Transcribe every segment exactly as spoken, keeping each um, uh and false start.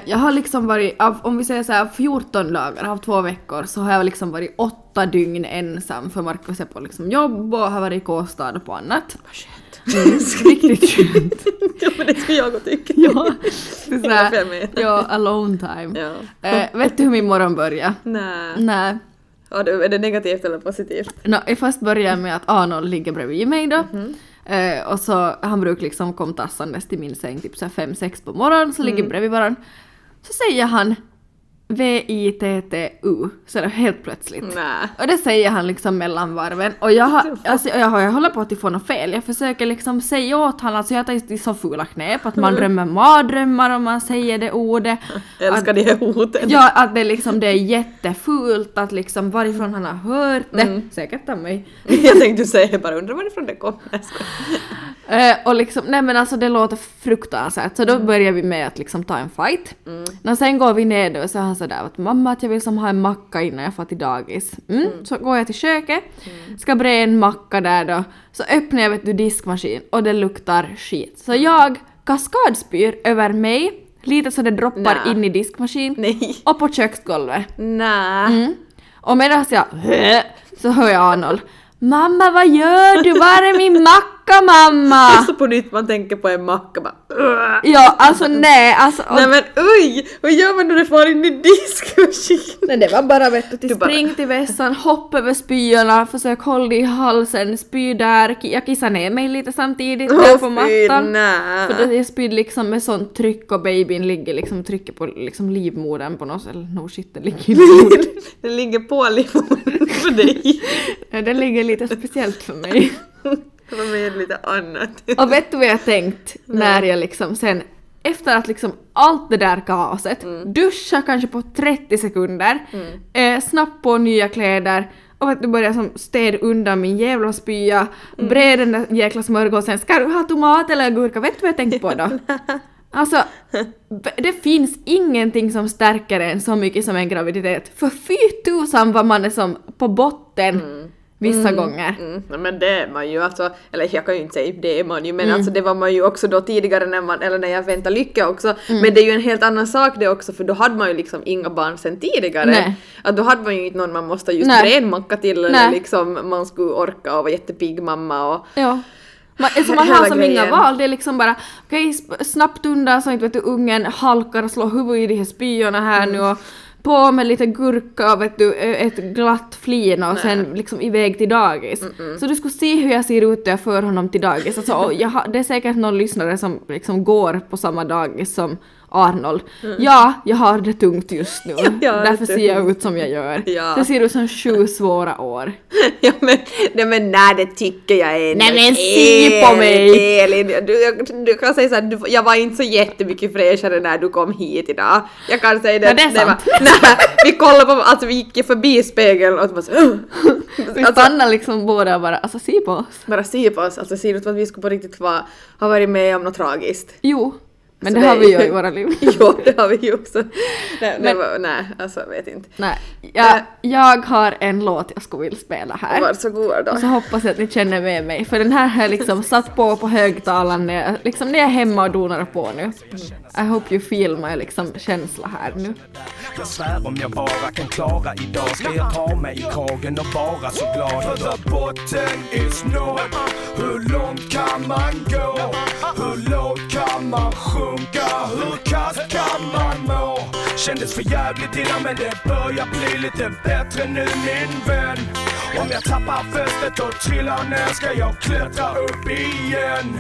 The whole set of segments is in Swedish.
jag har liksom varit, av, om vi säger så här, fjorton dagar av två veckor så har jag liksom varit åtta dygn ensam för Markus är på liksom jobb och har varit i Kåstad och på annat. Vad skönt. Mm, riktigt skönt. Ja, men det ska jag och tycka. Ja, det är så här, fem meter. ja, alone time. Ja. Eh, vet du hur min morgon börjar? Nej. Nej. Ja, är det negativt eller positivt? No, jag först börjar med att Arnold ligger bredvid mig då. Mm-hmm. Eh, och så han brukar liksom komma tassandes till min säng typ så här fem sex på morgonen så mm. ligger bredvid varandra. Så säger han V I T T U så det helt plötsligt. Nej. Och det säger han liksom mellan varven. Och jag, har, alltså, jag, har, jag håller på att få något fel. Jag försöker liksom säga åt honom. Alltså jag tar just i så fula knep. Att man drömmer mardrömmar om man säger det ordet. Jag älskar att, de här orden. Ja, att det, liksom, det är jättefult. Att liksom varifrån han har hört det. Mm. Säkert av mig. Jag tänkte säga bara undrar varifrån det kommer. Uh, och liksom, nej men alltså det låter fruktansvärt. Så då mm. börjar vi med att liksom ta en fight. Mm. Och sen går vi ner då och så han sådär att mamma att jag vill som ha en macka innan jag får till dagis. Mm. Mm. Så går jag till köket, mm. ska bre en macka där då. Så öppnar jag vet du diskmaskin och det luktar skit. Så jag kaskadspyr över mig, lite så det droppar Nä. in i diskmaskin. Nej. Och på köksgolvet. Nej. Mm. Och medan jag så hör jag Arnold. Mamma, vad gör du? Var är min macka, mamma? Så på nytt man tänker på en macka bara. Ja, alltså nej. Alltså, nej men oj, vad gör man när det får in i diskmaskinen? Nej, det var bara vet du, till du spring bara... till vässan, hopp över spyorna, försök hålla i halsen, spy där. Jag kissar ner mig lite samtidigt där oh, på mattan. Nej. För då jag spydde liksom med sånt tryck och babyn ligger liksom trycker på liksom livmodern på något. Eller no shit, den ligger i livmodern. Den ligger på livmodern för dig. Den ligger lite speciellt för mig. Det var med lite annat. Och vet du vad jag tänkt när jag liksom sen efter att liksom allt det där kaoset mm. duscha kanske på trettio sekunder mm. eh, snabbt på nya kläder och vet du börjar som städ undan min jävla spya mm. bred den där jäkla smörgåsen. Ska du ha tomat eller gurka? Vet du vad jag tänkte på då? Alltså, det finns ingenting som stärker en så mycket som en graviditet. För fy tusan vad man är som på botten mm. vissa mm. gånger. Mm. Men det är man ju alltså, eller jag kan ju inte säga det är man ju, men mm. alltså det var man ju också då tidigare när man, eller när jag väntade lycka också. Mm. Men det är ju en helt annan sak det också, för då hade man ju liksom inga barn sen tidigare. Nej. Att då hade man ju inte någon man måste just Nej. bredmacka till eller Nej. liksom man skulle orka och vara jättepigg mamma och... Ja. Man, alltså man har som inga val, det är liksom bara okej, okay, snabbt undan så inte vet du ungen halkar och slår huvudet i de här spyorna här mm. nu och på med lite gurka och vet du, ett glatt flin och Nej. sen liksom iväg till dagis. Mm-mm. Så du skulle se hur jag ser ut när jag för honom till dagis. Alltså, och jag har, det är säkert någon lyssnare som liksom går på samma dagis som Arnold. Mm. Ja, jag har det tungt just nu. Ja, därför ser jag ut som jag gör. Ja. Det ser ut som sju svåra år. Ja, men, nej, men nej, det tycker jag är... Nej, men se på mig! Elin, du, du kan säga så här, du, jag var inte så jättemycket fräschare när du kom hit idag. Jag kan säga det. Ja, det är sant. Det var, nej, vi kollade på, alltså vi gick förbi spegeln och bara så... Uh, vi stannade liksom båda och bara, alltså se på oss. Bara se på oss, alltså ser ut som att vi skulle på riktigt vara, ha varit med om något tragiskt. Jo. Men så det har vi ju i våra liv. Jo, det har vi ju också. Nej, Men, var, nej alltså jag vet inte. Nej, jag, jag har en låt jag skulle vilja spela här. Varsågod då. Och så hoppas jag att ni känner med mig. För den här har jag liksom satt på på högtalaren när jag, liksom när jag är hemma och donar på nu. Mm. I hope you feel my liksom känsla här nu. Jag svär om jag bara kan klara idag ska jag ta mig i kragen och vara så glad. För the botten is nåd. Hur långt kan man gå? Hur lågt kan man sjunka? Hur kast kan man må? Kändes för jävligt innan men det börjar bli lite bättre nu min vän. Om jag tappar fästet och trillar ner ska jag klättra upp igen.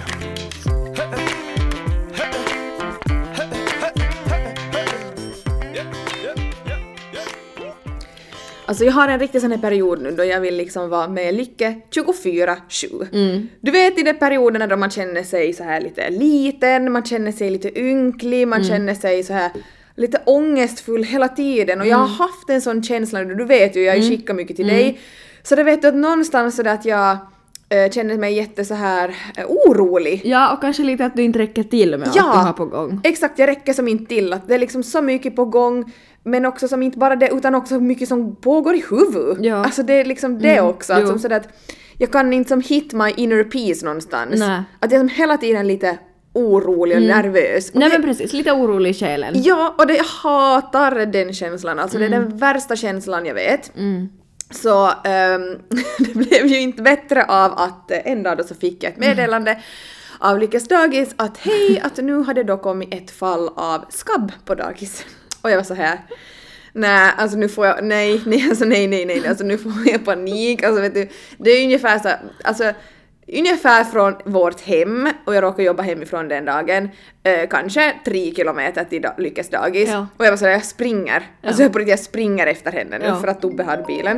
Alltså jag har en riktig sån här period nu då jag vill liksom vara med Lycke tjugofyra sju. Mm. Du vet i de perioderna då man känner sig så här lite liten, man känner sig lite ynklig, man mm. känner sig så här lite ångestfull hela tiden. Och mm. jag har haft en sån känsla, du vet ju, jag har ju mm. skickat mycket till mm. dig. Så det vet du att någonstans så där att jag äh, känner mig jätte så här äh, orolig. Ja, och kanske lite att du inte räcker till med ja, allt du har på gång. Exakt, jag räcker som inte till. Att det är liksom så mycket på gång. Men också som inte bara det, utan också mycket som pågår i huvudet. Ja. Alltså det är liksom det mm. också. Alltså så att jag kan inte som hit my inner peace någonstans. Nej. Att jag är som hela tiden lite orolig och mm. nervös. Och Nej det, men precis, lite orolig i själen. Ja, och det, jag hatar den känslan. Alltså mm. det är den värsta känslan jag vet. Mm. Så um, det blev ju inte bättre av att en dag då så fick jag ett meddelande mm. av Lyckes dagis att hej, att nu hade då kommit ett fall av skabb på dagis. Och jag var så här, nej, alltså nu får jag, nej, nej, alltså nej, nej, nej, alltså nu får jag panik, alltså vet du, det är ungefär så, alltså ungefär från vårt hem, och jag råkar jobba hemifrån den dagen, eh, kanske tre kilometer till da- Lyckes dagis, ja. Och jag var så där, jag springer, ja. Alltså jag, på riktigt, jag springer efter henne nu ja. För att Tobbe hade bilen.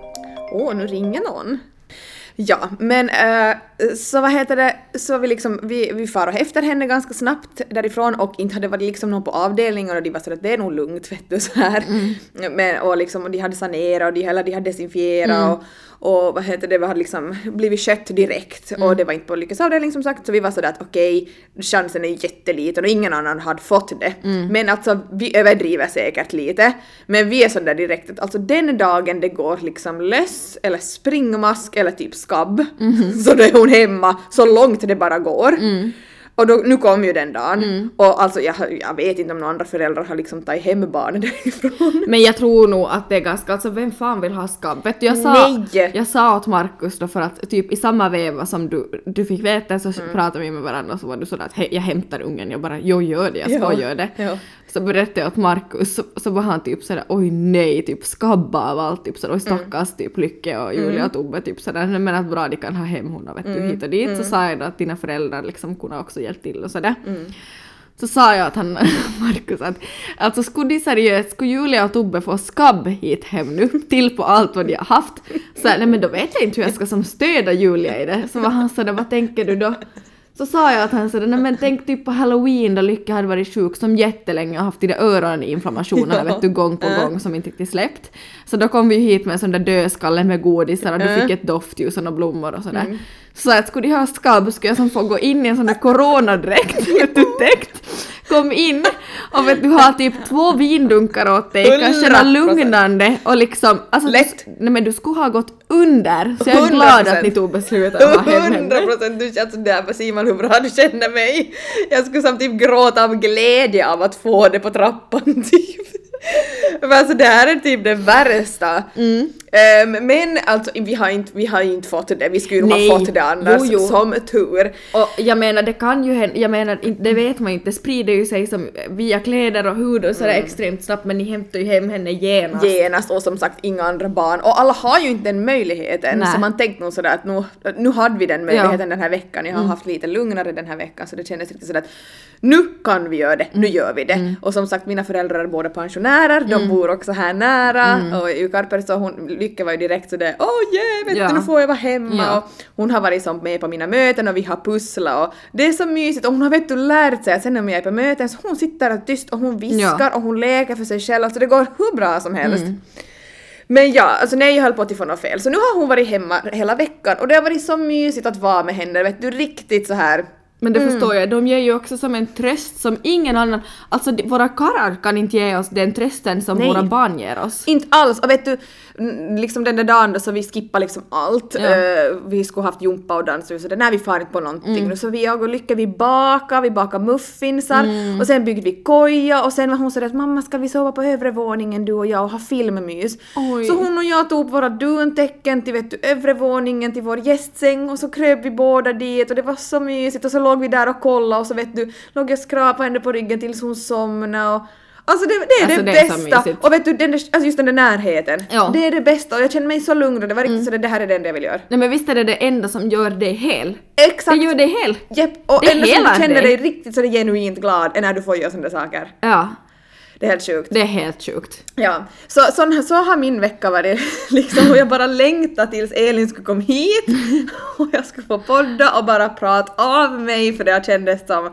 Åh, oh, nu ringer någon. Ja, men äh, så vad heter det, så vi liksom, vi, vi far efter henne ganska snabbt därifrån, och inte hade varit liksom någon på avdelningen, och de var så att det är nog lugnt, vet du, så här. Mm. Men, och liksom, och de hade sanerat, och de, eller de hade desinfierat, mm. och, och vad heter det, vi hade liksom blivit kött direkt, mm. och det var inte på Lyckes avdelning som sagt, så vi var så där att okej, okay, chansen är jätteliten, och ingen annan hade fått det. Mm. Men alltså, vi överdriver säkert lite, men vi är så där direkt att alltså den dagen det går liksom löss, eller springmask, eller typ skabb, mm. så då är hon hemma så långt det bara går. Mm. Och då, nu kom ju den dagen. Mm. Och alltså jag, jag vet inte om några andra föräldrar har liksom tagit hem barnen därifrån. Men jag tror nog att det är ganska, alltså vem fan vill ha skabb? Vet du, jag sa, Nej. jag sa åt Markus då, för att typ i samma veva som du, du fick veta så mm. pratade vi med varandra, och så var du sådär att hej, jag hämtar ungen, jag bara, jo gör det, jag ska ja. göra det. Ja. Så berättade jag åt Markus, så, så var han typ sådär, oj nej, typ skabba av allt, typ sådär, oj stackars mm. typ Lycke och Julia mm. och Tobbe, typ sådär, men att bra de kan ha hem hon, vet du, mm. hit och dit. Mm. Så sa jag då att dina föräldrar liksom kunde också hjälpa till och sådär. Mm. Så sa jag att han, Markus, att alltså skulle de seriöst, skulle Julia och Tobbe få skabb hit hem nu, till på allt vad de har haft, så nej men då vet jag inte hur jag ska som stöda Julia i det. Så var han sådär, vad tänker du då? Så sa jag att han sådär, nej men tänk typ på Halloween då Lycka hade varit sjuk som jättelänge och haft de där öroninflammationerna, ja. vet du, gång på gång som inte riktigt släppt. Så då kom vi hit med en sån där dödskalle med godisar, och du fick ett doftljus och blommor och sådär. Mm. Så att skulle de ha skabb skulle jag som få gå in i en sån där coronadräkt, vet du, täckt. Kom in och vet du, har typ två vindunkar åt dig, kanske något lugnande och liksom, alltså lätt. Du, nej men du skulle ha gått under, så jag är glad att ni tog beslutet att ha hem henne. hundra procent, du känns där på Simon hur bra du känner mig. Jag skulle samtidigt gråta av glädje av att få det på trappan typ. Men alltså det här är typ det värsta. Mm. Um, men alltså vi har inte vi har inte fått det. Vi skulle Nej. ha fått det annars, jo, jo. som tur. Och jag menar det kan ju hända, jag menar det vet man inte, det sprider ju sig som via kläder och hud och så mm. extremt snabbt, men ni hämtar ju hem henne genast. Genast, och som sagt inga andra barn. Och alla har ju inte den möjligheten. Nej. Så man tänkte nog sådär att nu, nu hade vi den möjligheten ja. den här veckan. Jag har mm. haft lite lugnare den här veckan, så det kändes riktigt sådär att nu kan vi göra det, nu gör vi det. Mm. Och som sagt, mina föräldrar är båda pensionärer, de mm. bor också här nära. Mm. Och i Karper så hon, Lycka var ju direkt sådär, åh oh, yeah, vet ja. du, nu får jag vara hemma. Ja. Och hon har varit som med på mina möten och vi har pusslat. Och det är så mysigt, och hon har vet du lärt sig att sen när jag är på möten så hon sitter tyst och hon viskar ja. och hon leker för sig själv. Alltså det går hur bra som helst. Mm. Men ja, alltså nej, jag höll på att få något fel. Så nu har hon varit hemma hela veckan, och det har varit så mysigt att vara med henne, vet du, riktigt så här. Men det mm. förstår jag, de ger ju också som en tröst som ingen annan, alltså våra karlar kan inte ge oss den trösten som Nej. våra barn ger oss. Inte alls, och vet du, liksom den där dagen då så vi skippar liksom allt, ja. uh, vi skulle haft jumpa och dans och så där, när vi far inte på någonting, mm. så vi, jag och Lycka, vi bakar, vi bakar muffinsar, mm. och sen byggde vi koja, och sen var hon så där att mamma, ska vi sova på övre våningen du och jag och ha filmmys? Oj. Så hon och jag tog våra duntäcken till vet du, övre våningen till vår gästsäng, och så kröp vi båda dit, och det var så mysigt, och så låg vi där och kollade, och så vet du, låg jag skrapa henne på ryggen tills hon somnade, och alltså det, det är alltså det, det bästa, är och vet du, den, alltså just den där närheten, ja. det är det bästa, och jag känner mig så lugn, och det var riktigt mm. så det, det här är det enda jag vill göra. Nej men visst är det det enda som gör dig hel. Exakt. Det gör dig hel. Yep. Och det enda som du känner dig riktigt så det är genuint glad är när du får göra sådana saker. Ja. Det är helt sjukt. Det är helt sjukt. Ja, så, så, så har min vecka varit liksom, och jag bara längtar tills Elin skulle komma hit och jag skulle få podda och bara prata av mig, för det har kändes som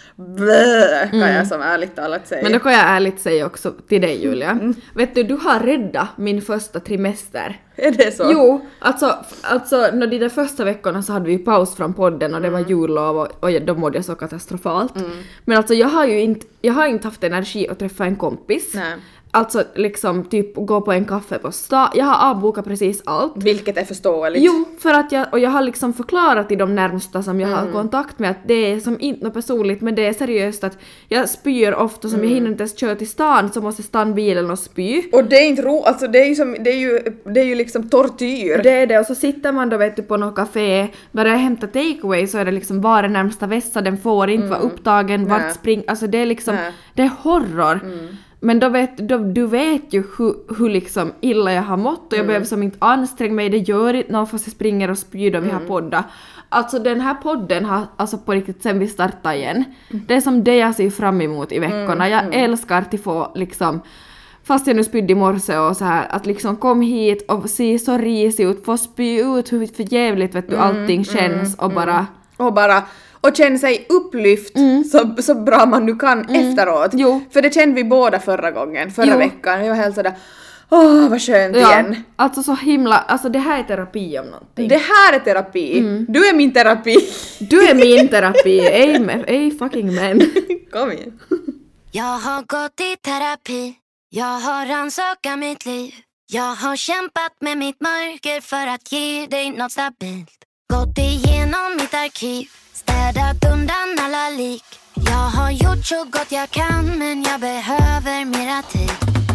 blö, kan mm. jag som ärligt talat säga. Men då kan jag ärligt säga också till dig, Julia. Mm. Vet du, du har räddat min första trimester. Är det så? Jo, alltså, alltså när de där första veckorna så hade vi ju paus från podden och det var jullov och, och då mådde jag så katastrofalt. Mm. Men alltså jag har ju inte, jag har inte haft energi att träffa en kompis. Nej. Alltså liksom typ gå på en kaffe på stan. Jag har avbokat precis allt. Vilket är förståeligt. Jo, för att jag, och jag har liksom förklarat till de närmsta som jag mm. har kontakt med att det är som inte något personligt, men det är seriöst att jag spyr ofta som mm. jag hinner inte ens köra till stan så måste stanna bilen och spy. Och det är inte ro, alltså det är ju som, det är ju, det är ju liksom tortyr. Det är det, och så sitter man då vet du på något café, börjar hämta takeaway så är det liksom bara närmsta vässa, den får inte mm. vara upptagen, vart spring, alltså det är liksom, Nä. det är horror. Mm. Men då vet, då, du vet ju hur, hur liksom illa jag har mått och jag mm. behöver som inte anstränga mig, det gör inte någon fast jag springer och spyr och vi mm. har podda. Alltså den här podden har alltså på riktigt sen vi startade igen. Mm. Det är som det jag ser fram emot i veckorna. Jag mm. älskar att få liksom, fast jag nu spydde i morse och så här, att liksom kom hit och se så risig ut, få spy ut hur för jävligt vet du mm. allting känns och bara... Mm. Och bara... Och känna sig upplyft mm. så, så bra man nu kan mm. efteråt. Jo. För det kände vi båda förra gången, förra jo. veckan. Jag var helt sådär, åh vad skönt ja. igen. Alltså så himla, alltså det här är terapi om någonting. Det här är terapi. Mm. Du är min terapi. Du är min terapi. Ej, ej fucking men. Kom igen. Jag har gått i terapi. Jag har rannsakat mitt liv. Jag har kämpat med mitt mörker för att ge dig något stabilt. Gått igenom mitt arkiv. Städat undan alla lik. Jag har gjort så gott jag kan, men jag behöver mera tid.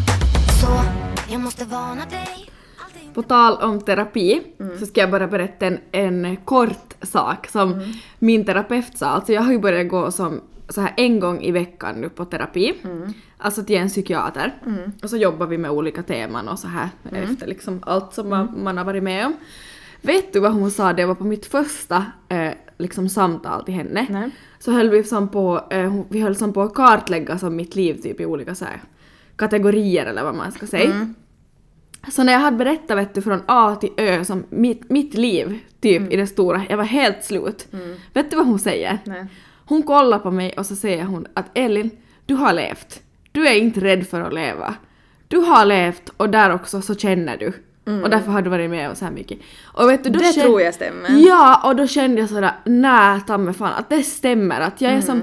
Så jag måste varna dig. På tal om terapi mm. så ska jag bara berätta en, en kort sak som mm. min terapeut sa. Alltså jag har ju börjat gå som så här en gång i veckan nu på terapi. Mm. Alltså till en psykiater. Mm. Och så jobbar vi med olika teman och så här mm. efter liksom allt som man, mm. man har varit med om. Vet du vad hon sa? Det var på mitt första eh, liksom samtal till henne. Nej. Så höll vi som på eh, vi höll som på att kartlägga som mitt liv typ i olika så här kategorier eller vad man ska säga. Mm. Så när jag hade berättat vet du från A till Ö som mitt, mitt liv typ mm. i det stora, jag var helt slut. Mm. Vet du vad hon säger? Nej. Hon kollar på mig och så säger hon att Elin, du har levt. Du är inte rädd för att leva. Du har levt och där också så känner du. Mm. Och därför har du varit med och så här mycket. Och vet du, då det kände, tror jag stämmer. Ja, och då kände jag sådär, nej, tamme fan, att det stämmer. Att jag är mm. som,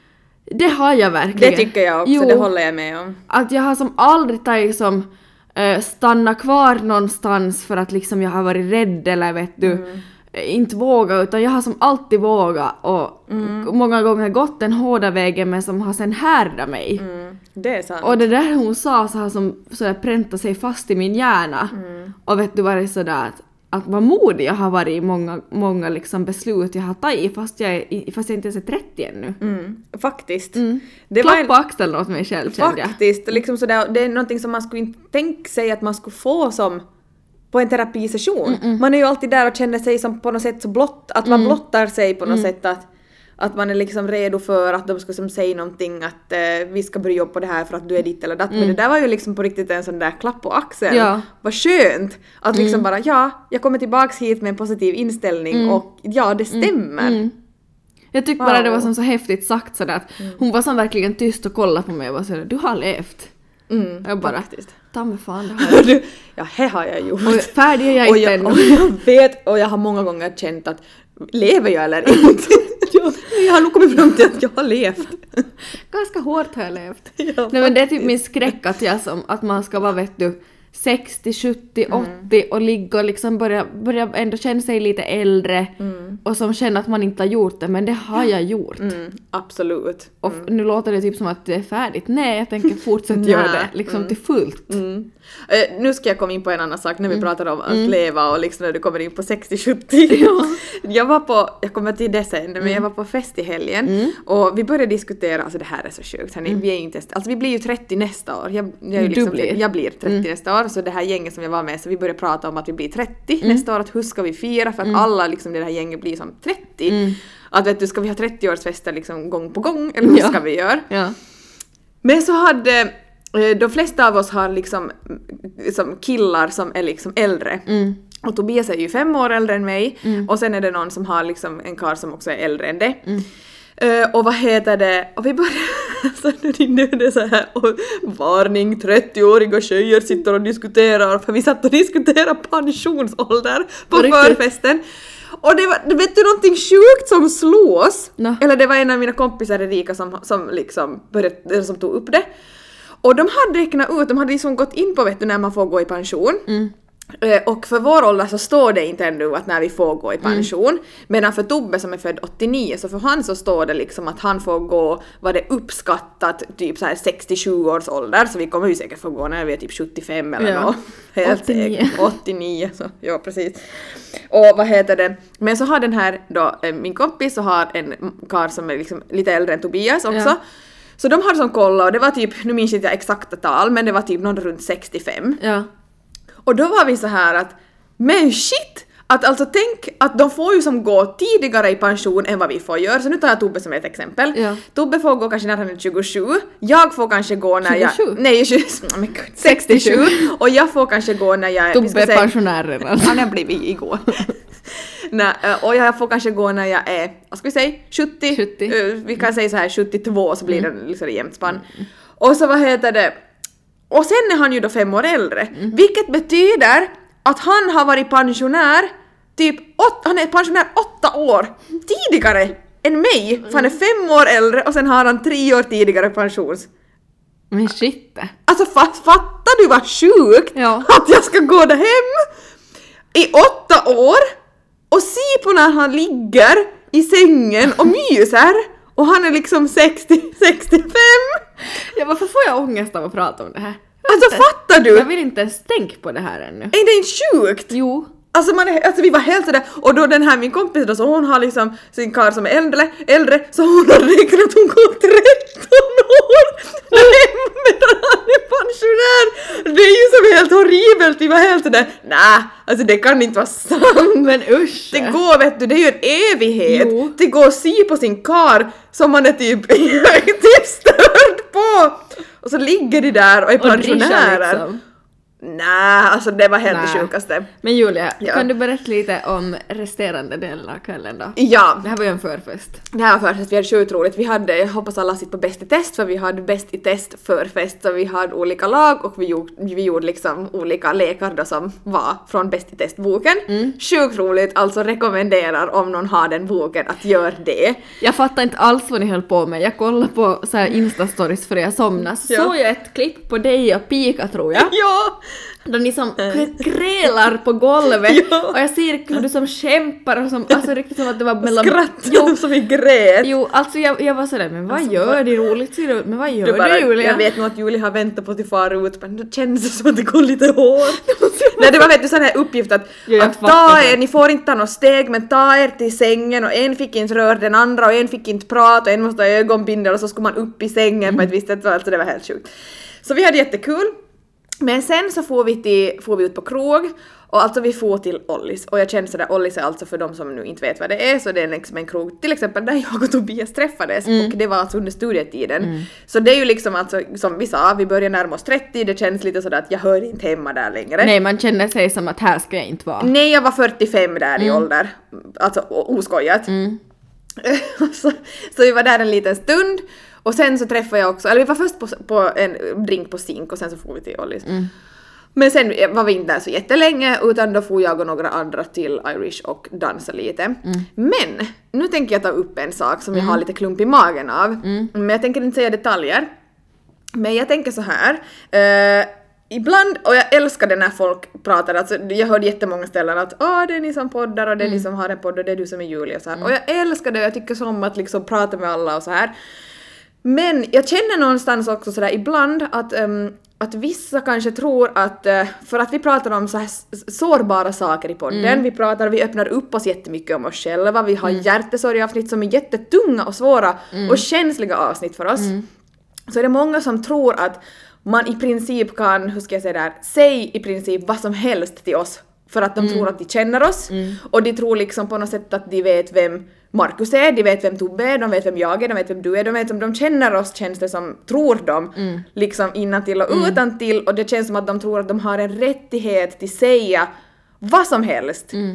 det har jag verkligen. Det tycker jag också, jo, det håller jag med om. Att jag har som aldrig tagit som äh, stanna kvar någonstans för att liksom jag har varit rädd eller vet du, mm. inte våga, utan jag har som alltid vågat och mm. många gånger gått den hårda vägen men som har sen härdat mig. Mm. Det är sant. Och det där hon sa så har som sådär präntat sig fast i min hjärna. Mm. Och vet du vad det är sådär att, att vad modig jag har varit i många, många liksom beslut jag har tagit fast jag, är, fast jag inte ens är trettio ännu. Mm. Faktiskt. Mm. Det Klapp var en... på axeln åt mig själv kände jag. Faktiskt. Liksom sådär, det är någonting som man skulle inte tänka sig att man skulle få som på en terapisession. Mm-mm. Man är ju alltid där och känner sig som på något sätt så blott, att man mm. blottar sig på något mm. sätt att, att man är liksom redo för att de ska som säga någonting att eh, vi ska börja jobba på det här för att du är ditt eller datt. Mm. Men det där var ju liksom på riktigt en sån där klapp på axeln. Ja. Vad skönt att liksom mm. bara ja, jag kommer tillbaks hit med en positiv inställning mm. och ja, det stämmer. Mm. Jag tycker wow. bara det var som så häftigt sagt sådär att mm. hon var som verkligen tyst och kollade på mig och var sådär, du har levt. Mm, jag bara, faktiskt. Ta mig fan, det har jag. Ja, det har jag gjort. Och färdig är jag och inte jag, ännu. Och jag vet, och jag har många gånger känt att lever jag eller inte? jag, jag har nog kommit fram till att jag har levt. Ganska hårt har jag levt. Ja, nej men det är typ min skräck att, jag som, att man ska vara, vet du, sextio, sjuttio, mm. åttio och ligga och liksom börja, börja ändå känna sig lite äldre mm. och som känner att man inte har gjort det, men det har jag gjort. Mm, absolut. Och mm. nu låter det typ som att det är färdigt. Nej, jag tänker fortsätta göra det liksom mm. till fullt. Mm. Uh, nu ska jag komma in på en annan sak när vi mm. pratar om att mm. leva och liksom när du kommer in på sextio sjuttio. Ja. jag var på, jag kommer till det sen, men mm. jag var på fest i helgen mm. och vi började diskutera, alltså det här är så sjukt, hörni, mm. vi är inte, alltså vi blir ju trettio nästa år. Jag, jag, är liksom, blir. jag blir trettio mm. nästa år. Så det här gänget som jag var med, så vi började prata om att vi blir trettio mm. nästa år, att hur ska vi fira för att mm. alla liksom det här gänget blir som trettio. Mm. Att vet du, ska vi ha trettio-årsfester liksom gång på gång eller hur ja. ska vi göra? Ja. Men så hade de flesta av oss har liksom som killar som är liksom äldre. Mm. Och Tobias är ju fem år äldre än mig mm. och sen är det någon som har liksom en karl som också är äldre än det. Mm. Uh, och vad heter det? Och vi började... så nu är det så här... Och varning, trettio-åriga tjejer sitter och diskuterar. För vi satt och diskuterade pensionsålder på, på förfesten. Och det var, det vet du, någonting sjukt som slås. No. Eller det var en av mina kompisar Erika som, som liksom började, som tog upp det. Och de hade räknat ut, de hade liksom gått in på vet du, när man får gå i pension. Mm. Och för vår ålder så står det inte ännu att när vi får gå i pension. Mm. Medan för Tobbe som är född åttionio så för han så står det liksom att han får gå, vad det uppskattat, typ så här sextiosju års ålder. Så vi kommer ju säkert få gå när vi är typ sjuttiofem eller ja. något. Helt åttionio. åttionio, så ja precis. Och vad heter det? Men så har den här då, min kompis och har en karl som är liksom lite äldre än Tobias också. Ja. Så de har som kollat och det var typ, nu minns inte jag exakta tal, men det var typ någon runt sextiofem. Ja. Och då var vi så här att, men shit! Att alltså tänk att de får ju som gå tidigare i pension än vad vi får göra. Så nu tar jag Tobbe som ett exempel. Ja. Tobbe får gå kanske när han är tjugosju. Jag får kanske gå när jag... tjugosju? Nej, oh my God, sextiosju. Och jag får kanske gå när jag... Tobbe är pensionär redan. Han har blivit igår. Nej, och jag får kanske gå när jag är, vad ska vi säga, sjuttio. sjuttio. Vi kan säga så här sjuttiotvå så blir mm. det liksom jämnt spann. Mm. Och så vad heter det... Och sen är han ju då fem år äldre. Mm. Vilket betyder att han har varit pensionär typ åt, han är pensionär åtta år tidigare än mig. Mm. För han är fem år äldre och sen har han tre år tidigare pensions. Men shit. Alltså fatt, fattar du vad sjukt ja. Att jag ska gå där hem i åtta år och se på när han ligger i sängen och myser. Och han är liksom sextio, sextiofem. Ja, varför får jag ångest av att prata om det här? Alltså inte, fattar du? Jag vill inte ens tänka på det här ännu. Är det inte sjukt? Jo. Alltså, man är, alltså vi var helt sådär, och då den här min kompis då, så hon har liksom sin karl som är äldre, äldre så hon har räknat att hon går tretton år medan han är pensionär. Det är ju som helt horribelt, vi var helt sådär, nej, alltså det kan inte vara sant. Men usch. Det går, vet du, det är ju en evighet. Jo. Det går att se på sin karl som man är typ, typ störd på. Och så ligger de där och är pensionärer. Liksom. Nej, alltså det var helt det sjukaste. Men Julia, ja. Kan du berätta lite om resterande delen av kvällen då? Ja. Det här var ju en förfest. Det här var förfest, vi hade sjukt roligt. Vi hade, jag hoppas alla sitter på bäst i test, för vi hade bäst i test förfest. Så vi hade olika lag och vi gjorde, vi gjorde liksom olika lekar då som var från bäst i test-boken. Mm. Sjukt roligt, alltså rekommenderar om någon har den boken att göra det. Jag fattar inte alls vad ni höll på med. Jag kollade på så här Insta-stories för jag somnade. Så ja. Såg jag ett klipp på dig och Pika, tror jag. Ja! Då ni som krälar på golvet ja. Och jag ser hur du som kämpar och som, alltså riktigt som att det var mellan... Skratt som vi grät. Jo, alltså jag, jag var sådär, men vad alltså, gör det roligt? Ser du, men vad gör du, bara, du Julia? Jag vet nog att Julia har väntat på att fara ut, men det känns det som att det går lite hårt. Nej, det var vet du sån här uppgift att, jo, att ta er, ni får inte ta något steg, men ta er till sängen och en fick inte röra den andra och en fick inte prata och en måste ha ögonbindel och så skulle man upp i sängen mm. på ett visst sätt, alltså det var helt sjukt. Så vi hade jättekul. Men sen så får vi, till, får vi ut på krog och alltså vi får till Ollis. Och jag känner sådär, Ollis är alltså för de som nu inte vet vad det är, så det är liksom en krog till exempel där jag och Tobias träffades mm. och det var alltså under studietiden. Mm. Så det är ju liksom alltså, som vi sa, vi börjar närma oss trettio, det känns lite sådär att jag hör inte hemma där längre. Nej, man känner sig som att här ska jag inte vara. Nej, jag var fyrtiofem där mm. i ålder, alltså oskojat. Mm. så, så vi var där en liten stund. Och sen så träffade jag också, eller vi var först på, på en drink på Zink och sen så får vi till Ollis. Mm. Men sen var vi inte där så jättelänge, utan då får jag och några andra till Irish och dansa lite. Mm. Men nu tänker jag ta upp en sak som mm. jag har lite klump i magen av. Mm. Men jag tänker inte säga detaljer. Men jag tänker så här. Uh, ibland, och jag älskar det när folk pratar, alltså jag hörde jättemånga ställen att åh, det är ni som poddar och det är mm. ni som har en podd och det är du som är Julia och så här. Mm. Och jag älskar det och jag tycker så om att liksom prata med alla och så här. Men jag känner någonstans också sådär ibland att, um, att vissa kanske tror att, uh, för att vi pratar om så här sårbara saker i podden, mm. vi pratar, vi öppnar upp oss jättemycket om oss själva, vi har mm. hjärtesorgavsnitt som är jättetunga och svåra mm. och känsliga avsnitt för oss. Mm. Så är det många som tror att man i princip kan, hur ska jag säga där, säga i princip vad som helst till oss för att de mm. tror att de känner oss mm. och de tror liksom på något sätt att de vet vem Markus är, de vet vem Tobbe är, de vet vem jag är, de vet vem du är, de vet om de känner oss, känns det som, tror de mm. liksom innantill och mm. utantill, och det känns som att de tror att de har en rättighet till säga vad som helst. Mm.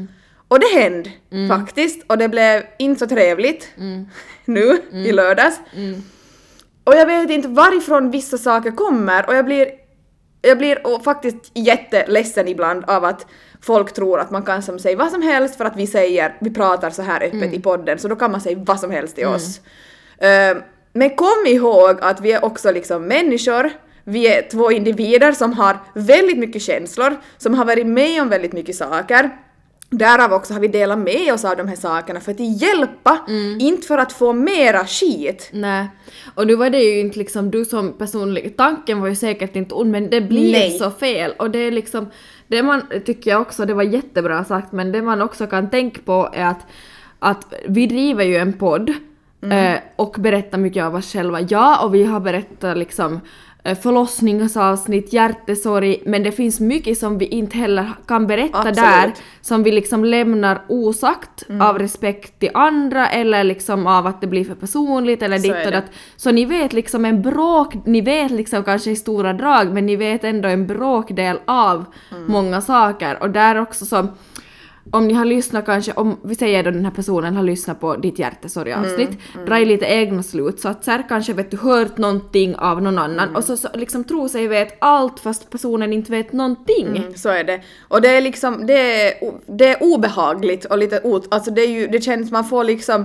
Och det hände mm. faktiskt. Och det blev inte så trevligt mm. nu mm. i lördags. Mm. Och jag vet inte varifrån vissa saker kommer. Och jag blir, jag blir faktiskt jätteledsen ibland av att folk tror att man kan som säga vad som helst för att vi säger, vi pratar så här öppet mm. i podden. Så då kan man säga vad som helst till mm. oss. Uh, men kom ihåg att vi är också liksom människor. Vi är två individer som har väldigt mycket känslor. Som har varit med om väldigt mycket saker. Därav också har vi delat med oss av de här sakerna för att hjälpa, mm. inte för att få mera skit. Nej, och nu var det ju inte liksom du som personlig, tanken var ju säkert inte ond, men det blir Nej. så fel. Och det är liksom, det man tycker jag också, det var jättebra sagt, men det man också kan tänka på är att, att vi driver ju en podd mm. eh, och berättar mycket av oss själva. Ja, och vi har berättat liksom förlossningsavsnitt, hjärtesorg, men det finns mycket som vi inte heller kan berätta Absolut. där, som vi liksom lämnar osagt mm. av respekt till andra eller liksom av att det blir för personligt eller ditt och det. Så ni vet liksom en bråk, ni vet liksom kanske i stora drag, men ni vet ändå en bråkdel av mm. många saker. Och där också så om ni har lyssnat kanske, om vi säger då den här personen har lyssnat på ditt hjärtesorgavsnitt, mm, mm. dra i lite egna slutsatser, kanske vet du hört någonting av någon annan mm. och så, så liksom tror sig vet allt fast personen inte vet någonting. Mm, så är det. Och det är liksom, det är, det är obehagligt och lite ot, alltså det är ju, det känns, man får liksom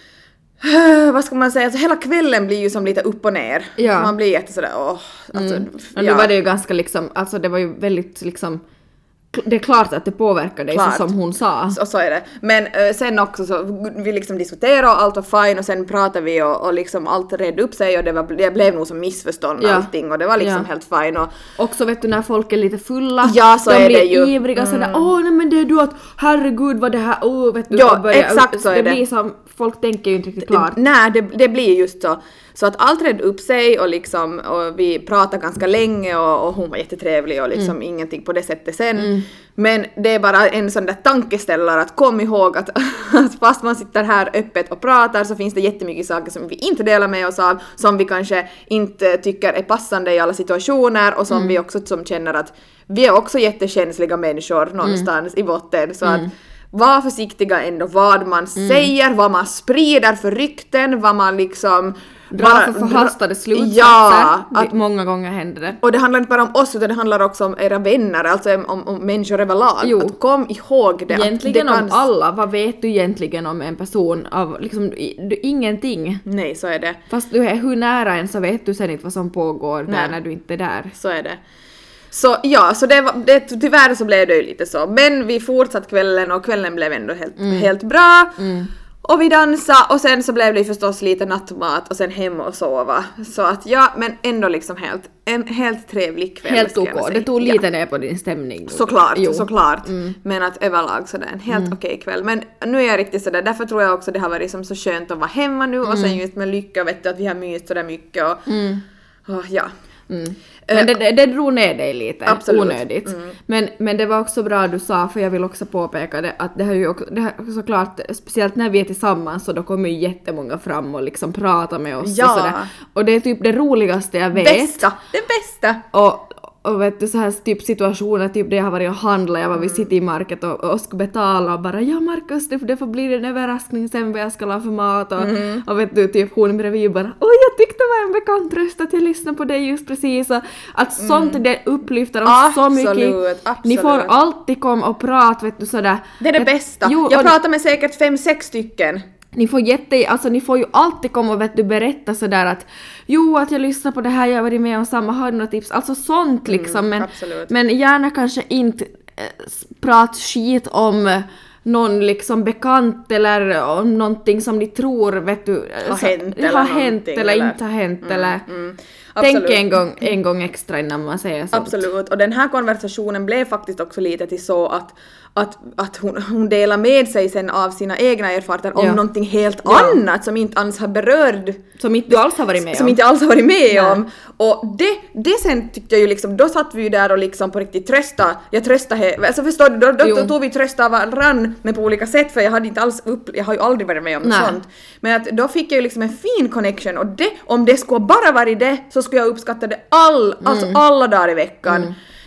vad ska man säga, alltså hela kvällen blir ju som lite upp och ner. Ja. Man blir jätte sådär, åh. Alltså, mm. Och nu ja. var det ju ganska liksom, alltså det var ju väldigt liksom det är klart att det påverkar dig så som hon sa. Så, så är det. Men uh, sen också så vi liksom diskuterade och allt var fine och sen pratade vi och, och liksom allt redde upp sig och det, var, det blev nog som missförstånd ja. allting och det var liksom ja. helt fine. Och också vet du när folk är lite fulla, ja, så de är blir det ju. ivriga mm. sådär, åh nej men det är du att herregud vad det här, åh vet du. Ja, exakt så är det. Det blir som, folk tänker ju inte riktigt klart. Det, nej, det, det blir just så. Så att allt redde upp sig och liksom, och vi pratade ganska länge och, och hon var jättetrevlig och liksom mm. ingenting på det sättet sen. Mm. Men det är bara en sån där tankeställare att kom ihåg att, att fast man sitter här öppet och pratar så finns det jättemycket saker som vi inte delar med oss av, som vi kanske inte tycker är passande i alla situationer och som mm. vi också som känner att vi är också jättekänsliga människor någonstans mm. i botten. Så mm. att var försiktiga ändå vad man mm. säger, vad man sprider för rykten, vad man liksom dra för förhastade slutsatser. Ja, att, många gånger händer det. Och det handlar inte bara om oss utan det handlar också om era vänner, alltså om, om människor överlag. Jo. Att kom ihåg det. Egentligen att det om kan... alla, vad vet du egentligen om en person av liksom du, ingenting. Nej, så är det. Fast du är hur nära en så vet du sen inte vad som pågår Nej. där när du inte är där. Så är det. Så ja, så det var, det, tyvärr så blev det ju lite så. Men vi fortsatte kvällen och kvällen blev ändå helt, mm. helt bra. Mm. Och vi dansade och sen så blev det förstås lite nattmat och sen hem och sova. Så att ja, men ändå liksom helt, en helt trevlig kväll. Helt okej, det tog lite ja. ner på din stämning. Såklart, jo. såklart. Mm. Men att överlag sådär en helt mm. okej kväll. Men nu är jag riktigt sådär, därför tror jag också det har varit som så skönt att vara hemma nu. Mm. Och sen just med Lycka vet du att vi har myst sådär mycket och, mm. och ja. Mm. Men det, det, det drog ner dig lite, Absolut. onödigt. Mm. Men, men det var också bra du sa, för jag vill också påpeka det, att det har ju också, det har såklart, speciellt när vi är tillsammans så då kommer ju jättemånga fram och liksom prata med oss ja. och sådär. Och det är typ det roligaste jag vet. Bästa, det bästa! Och, och vet du så här typ situationer, typ där jag har varit och handlat, jag var vid City Market och, och skulle betala och bara ja Markus, det, det får bli en överraskning sen vad jag ska ha för mat och, mm. och vet du typ hon bredvid bara oj jag tyckte det var en bekant röst att jag lyssnade på dig just precis och att mm. sånt det upplyfter oss absolut, så mycket. Absolut. Ni får alltid komma och prata vet du sådär. Det är det att, bästa. Jo, jag pratar med säkert fem, sex stycken. Ni får jätte, alltså ni får ju alltid komma och vet du berätta sådär att jo att jag lyssnar på det här, jag har varit med om samma, har några tips, alltså sånt liksom mm, men, men gärna kanske inte äh, prat skit om någon liksom bekant eller om någonting som ni tror vet du har så, hänt, eller, har hänt eller, eller inte har hänt mm, eller mm. tänk en gång, en gång extra innan man säger sånt. Absolut, och den här konversationen blev faktiskt också lite till så att, att, att hon, hon delar med sig sen av sina egna erfarenheter om ja. någonting helt ja. annat som inte alls har berörd. Som inte du alls har varit med som om. inte alls har varit med Nej. om. Och det, det sen tyckte jag ju liksom, då satt vi ju där och liksom på riktigt trösta, jag tröstade he, alltså förstår du, då, då, då tog vi trösta varann men på olika sätt för jag hade inte alls upp, jag har ju aldrig varit med om Nej. sånt. Men att då fick jag ju liksom en fin connection och det, om det skulle bara vara det så skulle jag uppskatta det all, mm. alltså alla dagar i veckan. Mm.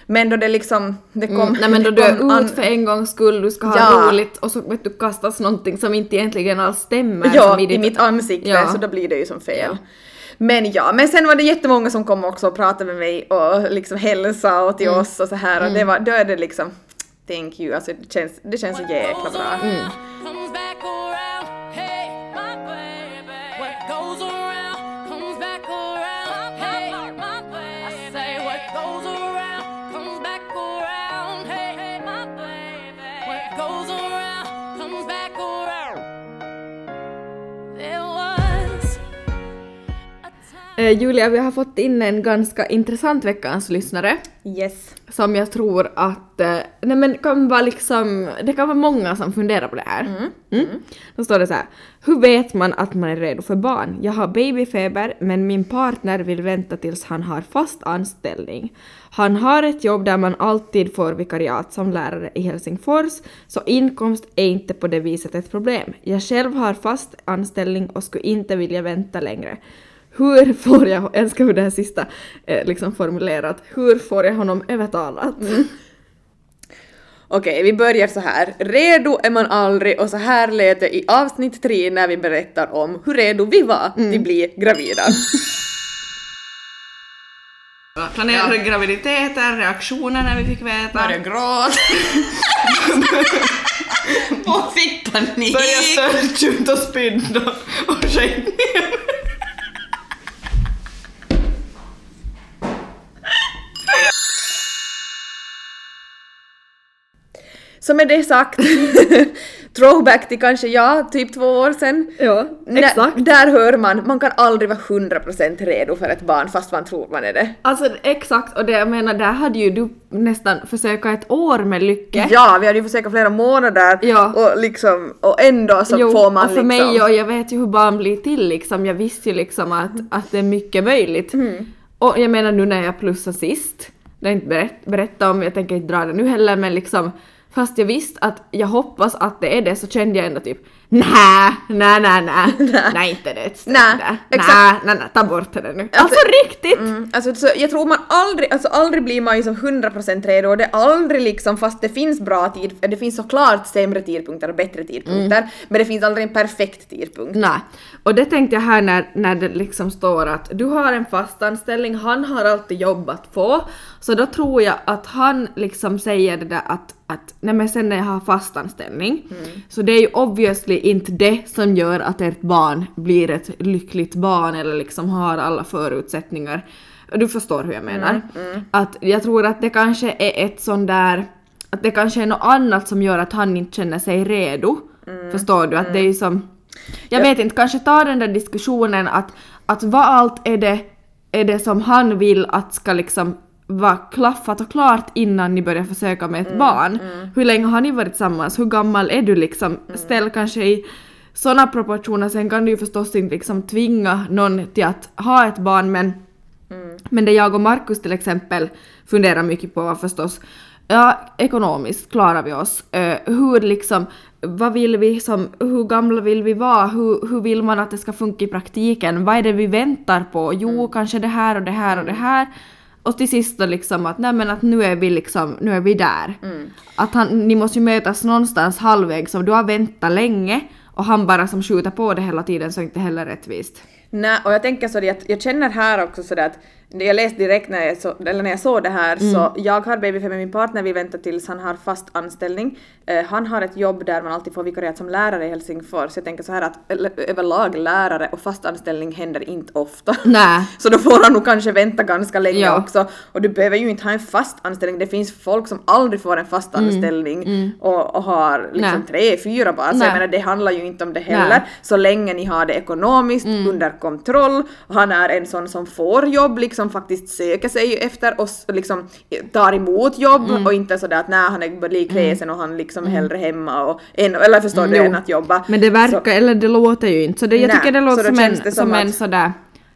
Men då det liksom, det kom... Mm, nej men då det du är kom ut an- för en gångs skull, du ska ha Ja. roligt och så vet du kastas någonting som inte egentligen alls stämmer. Ja, som i, ditt- mitt ansikte, Ja. så då blir det ju som fel. Ja. Men ja, men sen var det jättemånga som kom också och pratade med mig och liksom hälsa och till Mm. oss och så här och det var, då är det liksom, thank you, alltså det känns, det känns så jäkla bra. Mm. Comes back around, hey, my baby. What goes around comes back around, hey, my baby. I say what goes around comes back around, hey, my baby. What goes around comes back around. There was a time. Eh, Julia, vi har fått in en ganska intressant veckans lyssnare. Yes. Som jag tror att, eh, nej men kan vara liksom, det kan vara många som funderar på det här. Mm. Mm. Då står det så här: hur vet man att man är redo för barn? Jag har babyfeber men min partner vill vänta tills han har fast anställning. Han har ett jobb där man alltid får vikariat som lärare i Helsingfors, så inkomst är inte på det viset ett problem. Jag själv har fast anställning och skulle inte vilja vänta längre. Hur får jag, jag älskar hur det här sista är liksom formulerat, hur får jag honom övertalat? Mm. Okej, vi börjar så här. Redo är man aldrig och så här lät det i avsnitt tre när vi berättar om hur redo vi var Mm. till bli gravida. Planerade graviditeter, reaktioner när vi fick veta. gråta. och fick panik. Började störtjut och spydda och skämt ner. Så med det sagt, throwback till kanske ja, typ två år sedan. Ja, Nä- exakt. Där hör man, man kan aldrig vara hundra procent redo för ett barn fast man tror man är det. Alltså exakt, och det jag menar, där hade ju du nästan försökt ett år med lycka. Ja, vi hade ju försökt flera månader Ja. och liksom, och ändå så Jo, får man och för liksom... mig, och jag vet ju hur barn blir till liksom, jag visste ju liksom att, att det är mycket möjligt. Mm. Och jag menar nu när jag plussade sist, det är inte berätt, berätta om, jag tänker inte dra det nu heller, men liksom fast jag visste att jag hoppas att det är det, så kände jag ändå typ nej, nej, nej, nej, nej, inte det ett steg Nej, där. exakt. Nej, nej, nej, ta bort det nu. Alltså riktigt! Mm, alltså så jag tror man aldrig, alltså aldrig blir man ju som hundra procent redo och det är aldrig liksom, fast det finns bra tid, det finns såklart sämre tidpunkter och bättre tidpunkter, Mm. men det finns aldrig en perfekt tidpunkt. Nej, och det tänkte jag här när, när det liksom står att du har en fast anställning, han har alltid jobbat på, så då tror jag att han liksom säger det där att, att nej men sen när jag har fast anställning, så det är ju obviously inte det som gör att ert barn blir ett lyckligt barn eller liksom har alla förutsättningar. Du förstår hur jag menar. Att jag tror att det kanske är ett sån där, att det kanske är något annat som gör att han inte känner sig redo. Förstår du? Att det är ju som, jag vet inte, kanske ta den där diskussionen att, att vad allt är det, är det som han vill att ska liksom vara klaffat och klart innan ni börjar försöka med ett barn. Hur länge har ni varit tillsammans? Hur gammal är du liksom? Ställ kanske i sådana proportioner, sen kan du ju förstås inte liksom tvinga någon till att ha ett barn, men, men det jag och Markus till exempel funderar mycket på var förstås, ja, ekonomiskt klarar vi oss. Uh, hur liksom, vad vill vi som, hur gamla vill vi vara? Hur, hur vill man att det ska funka i praktiken? Vad är det vi väntar på? Jo, mm. kanske det här och det här och det här. Och till sist då liksom att, nej men att nu är vi liksom, nu är vi där. Mm. Att han, ni måste ju mötas någonstans halvvägs, som du har väntat länge och han bara som skjuter på det hela tiden, så inte heller rättvist. Nej, och jag tänker så att jag, jag känner här också sådär att jag läste direkt när jag, så, eller när jag såg det här, mm. så jag har babyfeber med min partner, vi väntar tills han har fast anställning. Uh, han har ett jobb där man alltid får vikariat som lärare i Helsingfors. Så jag tänker så här att eller, överlag lärare och fast anställning händer inte ofta. Nej. Så då får han nog kanske vänta ganska länge ja. också. Och du behöver ju inte ha en fast anställning. Det finns folk som aldrig får en fast mm. anställning mm. Och, och har liksom tre, fyra bara. Så jag menar, det handlar ju inte om det heller. Nej. Så länge ni har det ekonomiskt mm. under kontroll. Och han är en sån som får jobb, liksom faktiskt söker sig efter och liksom tar emot jobb mm. och inte sådär att när han är likräsen mm. och han liksom mm. hellre hemma och en, eller förstår mm. du, än att jobba. Men det verkar, så, eller det låter ju inte, så det, jag nej, tycker det låter som, en, det som, som att, en sådär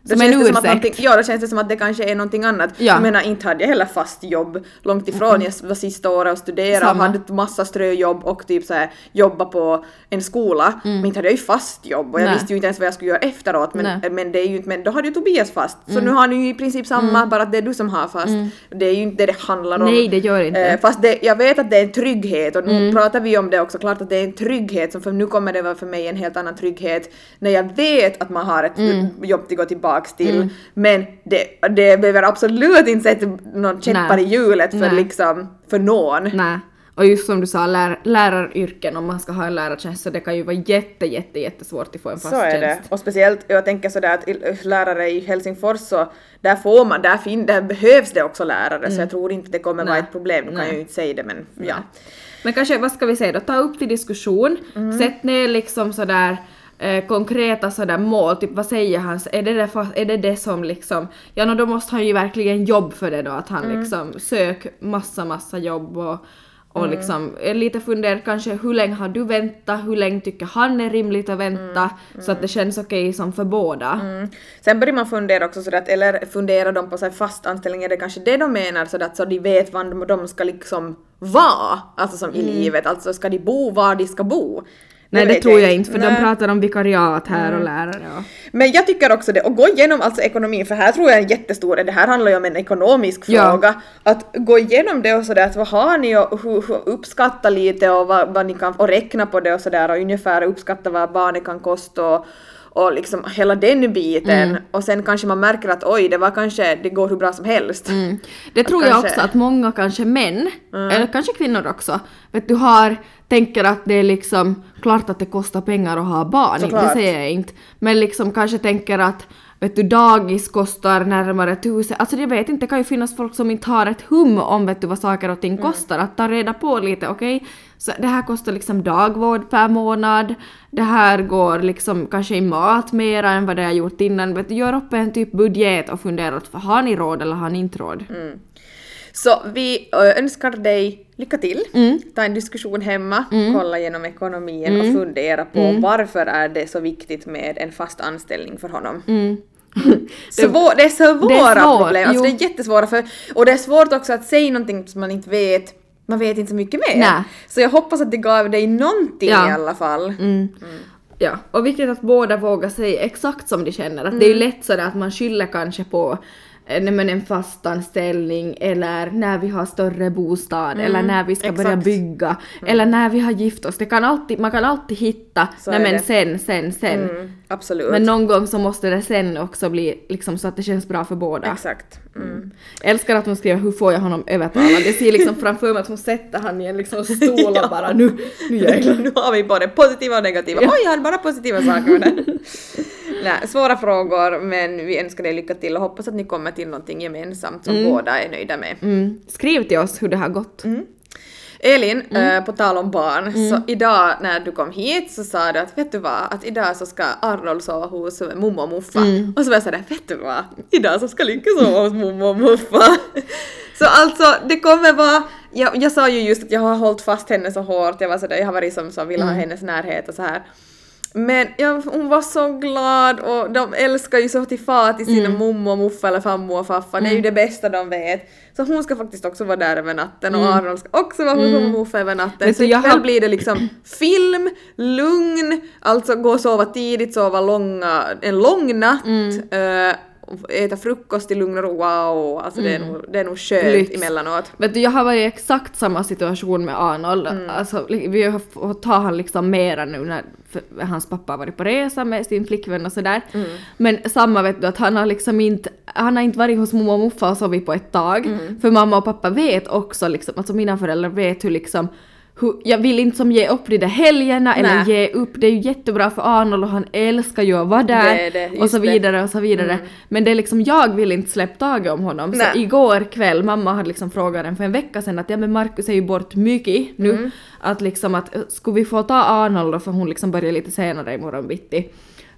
Då Som en känns det som att ursäkt. någonting- Ja, då känns det som att det kanske är någonting annat. Ja. Jag menar, inte hade jag heller fast jobb långt ifrån. Jag var sista året och studerade Samma. och hade ett massa ströjobb och typ så här, jobba på en skola. Men inte hade jag ju fast jobb och jag Nej. visste ju inte ens vad jag skulle göra efteråt. Men, Nej. men, det är ju inte, men då hade ju Tobias fast. Så nu har ni ju i princip samma, bara att det är du som har fast. Det är ju inte det det handlar om. Nej, det gör inte. Eh, fast det, jag vet att det är en trygghet och nu pratar vi om det också, klart att det är en trygghet som för nu kommer det vara för mig en helt annan trygghet när jag vet att man har ett jobb att gå tillbaks till. Men det, det behöver absolut inte sätta någon käppar Nej. i hjulet för Nej. liksom för någon. Nej. Och just som du sa, lär, läraryrken, om man ska ha en lärartjänst, så det kan ju vara jätte, jätte, jättesvårt att få en fast Så är det. tjänst. Och speciellt, jag tänker sådär att i- lärare i Helsingfors så där får man, där, fin, där behövs det också lärare så jag tror inte det kommer vara Nej. ett problem. Nu kan Nej. jag ju inte säga det men ja. Men kanske, vad ska vi säga då, ta upp till diskussion, sätt ner liksom sådär eh, konkreta sådär mål, typ vad säger han, är det det, fa- är det det som liksom, ja no, då måste han ju verkligen jobb för det då, att han liksom sök massa, massa jobb och, och liksom är lite funderat kanske hur länge har du väntat, hur länge tycker han är rimligt att vänta, så att det känns okej som för båda. Mm. Sen börjar man fundera också sådär att, eller fundera de på så här fast anställning, är det kanske det de menar sådär att så de vet vad de, de ska liksom vara, alltså som i livet, alltså ska de bo var de ska bo. Nej det vet tror jag inte, för de Nej. pratar om vikariat här och lärare och... Men jag tycker också det, och gå igenom alltså ekonomin, för här tror jag är en jättestor, det här handlar ju om en ekonomisk Ja. fråga, att gå igenom det och sådär, att vad har ni och hur, hur uppskatta lite och vad, vad ni kan, och räkna på det och sådär och ungefär uppskatta vad barnet kan kosta och, och liksom hela den biten Mm. och sen kanske man märker att oj, det var kanske, det går hur bra som helst. Mm. Det tror Att jag kanske- också att många kanske män, eller kanske kvinnor också, vet du har, tänker att det är liksom klart att det kostar pengar att ha barn, Såklart. det säger jag inte, men liksom kanske tänker att vet du, dagis kostar närmare tusen, alltså jag vet inte, det kan ju finnas folk som inte har ett hum om vet du vad saker och ting kostar, att ta reda på lite, okej, så det här kostar liksom dagvård per månad, det här går liksom kanske i mat mera än vad det har gjort innan, vet du, gör upp en typ budget och fundera, att har ni råd eller har ni inte råd? Så vi ö, önskar dig lycka till. Mm. Ta en diskussion hemma, kolla igenom ekonomin och fundera på varför är det så viktigt med en fast anställning för honom. Svår, det är svåra Mm. Det är svårt, problem, alltså jo. det är jättesvåra för, och det är svårt också att säga någonting som man inte vet, man vet inte så mycket mer. Nej. Så jag hoppas att det gav dig någonting Ja. i alla fall. Ja, och viktigt att båda vågar säga exakt som de känner. Att det är ju lätt sådär att man skyller kanske på eh, nej, men en fast anställning eller när vi har större bostad eller när vi ska börja exakt. bygga eller när vi har gift oss. Det kan alltid, man kan alltid hitta, Så nej är men det. sen, sen, sen. Mm, absolut. Men någon gång så måste det sen också bli liksom så att det känns bra för båda. Exakt. Mm. Jag älskar att hon skriver hur får jag honom övertalad. Det ser liksom framför mig att hon sätter han i en liksom stol och bara nu, nu jäklar. Nu har vi både positiva och negativa. Ja. Oj, jag hade bara positiva saker med det. Nej, svåra frågor, men vi önskar dig lycka till och hoppas att ni kommer till någonting gemensamt som båda är nöjda med. Mm. Skriv till oss hur det har gått. Elin, eh, på tal om barn, så idag när du kom hit så sa du att vet du vad, att idag så ska Arnold sova hos mommo och muffa. Och så var jag sådär, vet du vad, idag så ska Lycka sova hos mommo och muffa. Så alltså, det kommer vara, jag, jag sa ju just att jag har hållit fast henne så hårt, jag var sådär, jag har varit som som vill ha hennes närhet och så här. Men ja, hon var så glad och de älskar ju så till fat i sina mommo och muffa eller fammo och faffa. Det är ju det bästa de vet. Så hon ska faktiskt också vara där över natten och Arnold ska också vara hos mommo och muffa över natten. Vet Så du, jag ikväll har- blir det liksom film, lugn, alltså gå och sova tidigt, sova långa, en lång natt. eh, äta frukost i lugn och ro, wow, alltså det, är nog, det är nog skönt Lyx. emellanåt. Vet du, jag har varit i exakt samma situation med Arnold. Alltså, li- vi har fått ta han liksom mera nu när för, hans pappa har varit på resa med sin flickvän och sådär. Men samma vet du, att han har liksom inte, han har inte varit hos mamma och muffa och sovit på ett tag. För mamma och pappa vet också liksom, alltså mina föräldrar vet hur liksom hur, jag vill inte som ge upp de där helgerna eller Nej. ge upp, det är ju jättebra för Arnold och han älskar ju att vara där Det är det, och just så det. vidare och så vidare. Men det är liksom, jag vill inte släppa taget om honom. Så Nej. igår kväll, mamma hade liksom frågat den för en vecka sedan att ja men Markus är ju bort mycket nu. Mm. Att liksom att skulle vi få ta Arnold då, för hon liksom börjar lite senare imorgon bitti.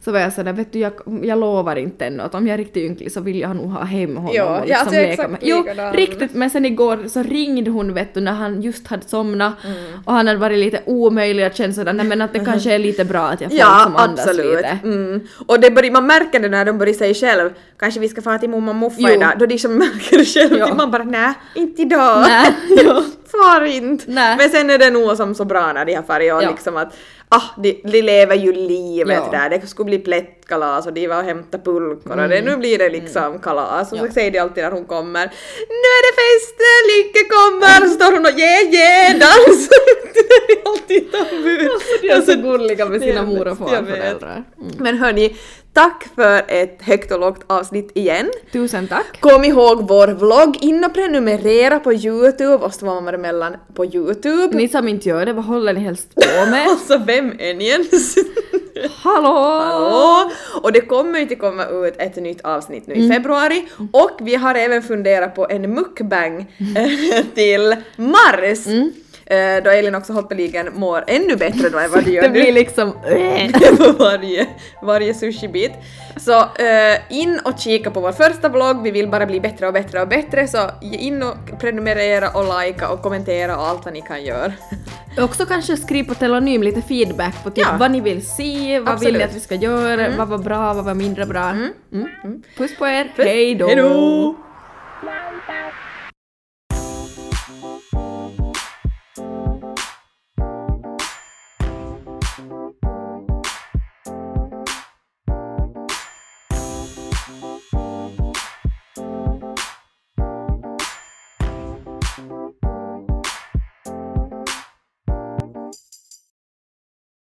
så var jag sådär, vet du, jag, jag lovar inte ännu att om jag är riktigt ynklig så vill jag nog ha hem honom Jo, och ja, liksom alltså jag är leka exakt med. Jo, likadan. riktigt, men sen igår så ringde hon, vet du, när han just hade somnat och han hade varit lite omöjlig att känna sådär, nej men att det kanske är lite bra att jag får Ja, liksom andas absolut. lite. Mm. Och det börjar, man märker det när de börjar säga själv, kanske vi ska fara till mamma och muffa Jo. idag, då de som märker det själv, Ja. man bara nej, inte idag. Nej, ja. Far inte. Nej. Men sen är det nog som så bra när de har farit och Ja. liksom att ah, de, de lever ju livet Ja. där, det skulle bli plättkalas och de var och hämta pulkor och det, nu blir det liksom kalas och så Ja. säger de alltid när hon kommer, nu är det fest, Lykke kommer, och så står hon och yeah yeah dans. Det är alltid tabu. De är så gulliga med sina Jag mor vet, och jag vet. farföräldrar. Mm. Men hörni, tack för ett högt och lågt avsnitt igen. Tusen tack. Kom ihåg vår vlogg, in och prenumerera på YouTube, och så var man emellan på YouTube. Ni som inte gör det, vad håller ni helst på med? Alltså vem är ni ens? Hallå! Hallå! Och det kommer ju att komma ut ett nytt avsnitt nu i februari, och vi har även funderat på en mukbang eh, till Mars. Eh, då Elin också hoppeligen mår ännu bättre då än vad du gör Det nu. blir liksom... På varje, varje sushi-bit. Så eh, in och kika på vår första vlogg, vi vill bara bli bättre och bättre och bättre, så in och prenumerera och likea och kommentera och allt vad ni kan göra. Också kanske skriv på telonym lite feedback på typ Ja. vad ni vill se, vad Absolut. vill ni att vi ska göra, vad var bra, vad var mindre bra. Mm. Puss på er, hej då! Hej då!